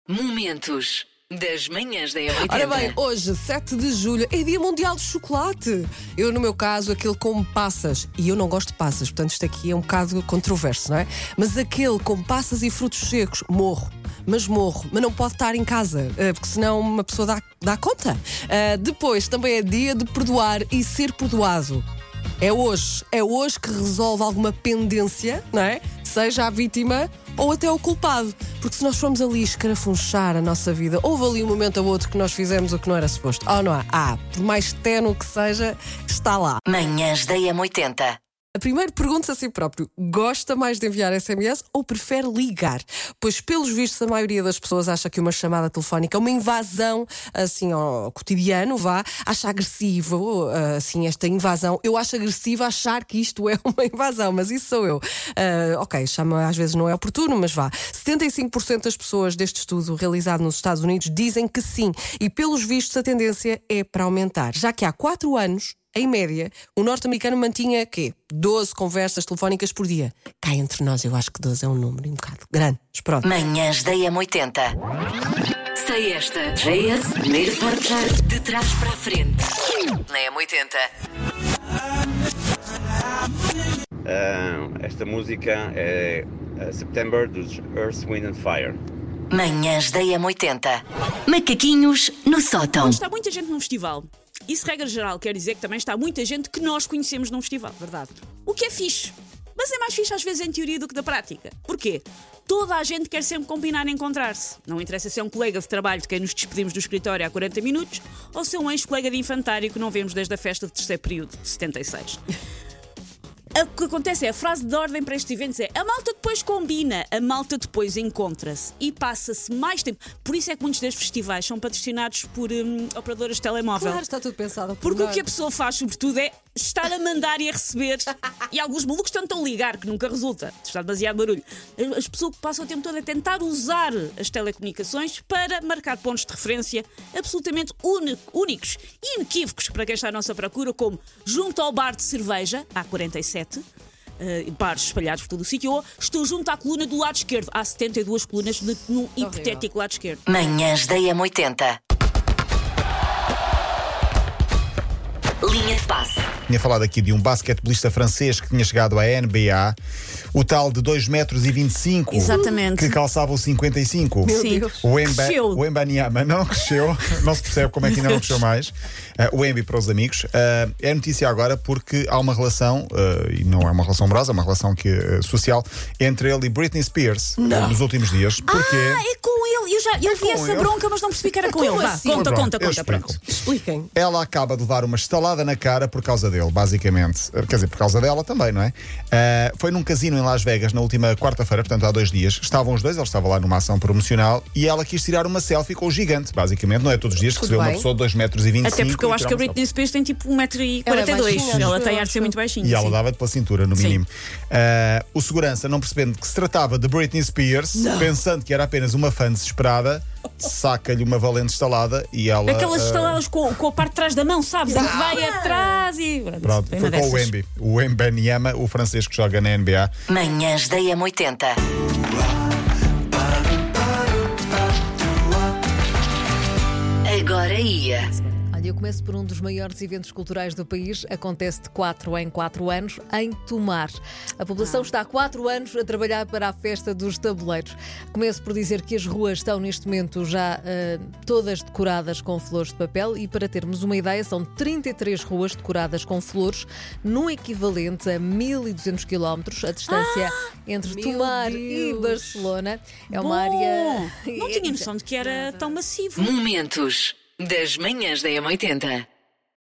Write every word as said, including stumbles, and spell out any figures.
Momentos das manhãs da M oitenta. Ora bem, hoje, sete de julho, é Dia Mundial do Chocolate. Eu, no meu caso, aquele com passas. E eu não gosto de passas, portanto isto aqui é um bocado controverso, não é? Mas aquele com passas e frutos secos, morro. Mas morro, mas não pode estar em casa, porque senão uma pessoa dá, dá conta. Uh, depois, também é dia de perdoar e ser perdoado. É hoje, é hoje que resolve alguma pendência, não é? Seja a vítima ou até o culpado. Porque se nós formos ali escarafunchar a nossa vida, houve ali um momento ou outro que nós fizemos o que não era suposto. Oh, não há? Ah, por mais ténue que seja, está lá. Manhãs da M oitenta. A primeira pergunta a si próprio: gosta mais de enviar S M S ou prefere ligar? Pois, pelos vistos, a maioria das pessoas acha que uma chamada telefónica é uma invasão, assim, ao cotidiano, vá, acha agressivo, assim, esta invasão. Eu acho agressivo achar que isto é uma invasão, mas isso sou eu. Uh, ok, chama às vezes não é oportuno, mas vá. setenta e cinco por cento das pessoas deste estudo realizado nos Estados Unidos dizem que sim, e pelos vistos a tendência é para aumentar, já que há quatro anos, em média, o norte-americano mantinha, quê? doze conversas telefónicas por dia. Cá entre nós, eu acho que doze é um número um bocado grande. Mas pronto. Manhãs da M oitenta. Sei esta. J S, primeiro forjar de trás para a frente. Na M oitenta. Uh, esta música é uh, September dos Earth, Wind and Fire. Manhãs da M oitenta. Macaquinhos no sótão. Está muita gente num festival. Isso, regra geral, quer dizer que também está muita gente que nós conhecemos num festival, verdade? O que é fixe. Mas é mais fixe às vezes em teoria do que na prática. Porquê? Toda a gente quer sempre combinar em encontrar-se. Não interessa se é um colega de trabalho de quem nos despedimos do escritório há quarenta minutos ou se é um ex-colega de infantário que não vemos desde a festa de terceiro período de setenta e seis. O que acontece é, a frase de ordem para estes eventos é: a malta depois combina, a malta depois encontra-se e passa-se mais tempo. Por isso é que muitos destes festivais são patrocinados por hum, operadoras de telemóvel. Claro, está tudo pensado. Por Porque nós. O que a pessoa faz, sobretudo, é estar a mandar e a receber. E alguns malucos tentam ligar, que nunca resulta. Está demasiado barulho. As pessoas que passam o tempo todo a tentar usar as telecomunicações para marcar pontos de referência absolutamente únicos e inequívocos para quem está à nossa procura, como junto ao bar de cerveja, há quarenta e sete uh, bares espalhados por todo o sítio, ou estou junto à coluna do lado esquerdo. Há setenta e duas colunas de, num hipotético lado esquerdo. Manhãs da M oitenta. Linha de passe. Tinha falado aqui de um basquetebolista francês que tinha chegado à N B A, o tal de dois metros e vinte e cinco. Exatamente. Que calçava o cinquenta e cinco. Meu Sim. Deus. O Emba, Cresceu. o Embanyama não cresceu, não se percebe como é que ainda não cresceu mais. Uh, o Embi para os amigos. Uh, é notícia agora porque há uma relação, uh, e não é uma relação amorosa, é uma relação que, uh, social, entre ele e Britney Spears uh, nos últimos dias. Porque Ah, é com ele. Eu já eu vi com essa ele. bronca, mas não percebi que era com ele. Vá, assim? conta, Pronto, conta, eu conta. explico. Pronto. Expliquem. ela acaba de levar uma estalada na cara por causa dele, basicamente. Quer dizer, por causa dela também, não é? Uh, foi num casino em Las Vegas na última quarta-feira, portanto há dois dias. Estavam os dois, ele estava lá numa ação promocional e ela quis tirar uma selfie com o gigante, basicamente. Não é todos os dias que se vê uma bem. pessoa de dois metros e vinte e cinco. Até porque eu e acho tirar que a uma Britney Spears tem tipo um metro e Ela é quarenta e dois. baixinha, Ela acho tem eu, ar de ser acho. muito baixinha. E ela sim. dava-te pela cintura, no Sim. mínimo. Uh, o segurança, não percebendo que se tratava de Britney Spears, pensando que era apenas uma fã desesperada, saca-lhe uma valente estalada e ela. Aquelas uh, estaladas com, com a parte de trás da mão, sabes? Em que vai atrás e. Pronto, Foi foi uma com o dessas. Embi, o Embanyama, o francês que joga na N B A. Manhãs da M oitenta. Agora ia. Olha, eu começo por um dos maiores eventos culturais do país. Acontece de quatro em quatro anos, em Tomar. A população está há quatro anos a trabalhar para a festa dos tabuleiros. Começo por dizer que as ruas estão neste momento já uh, todas decoradas com flores de papel e, para termos uma ideia, são trinta e três ruas decoradas com flores, no equivalente a mil e duzentos quilómetros. A distância Ah, entre meu Tomar Deus. e Barcelona é uma Bom, área... Não tinha noção de que era tão massivo. Momentos das manhãs da M oitenta.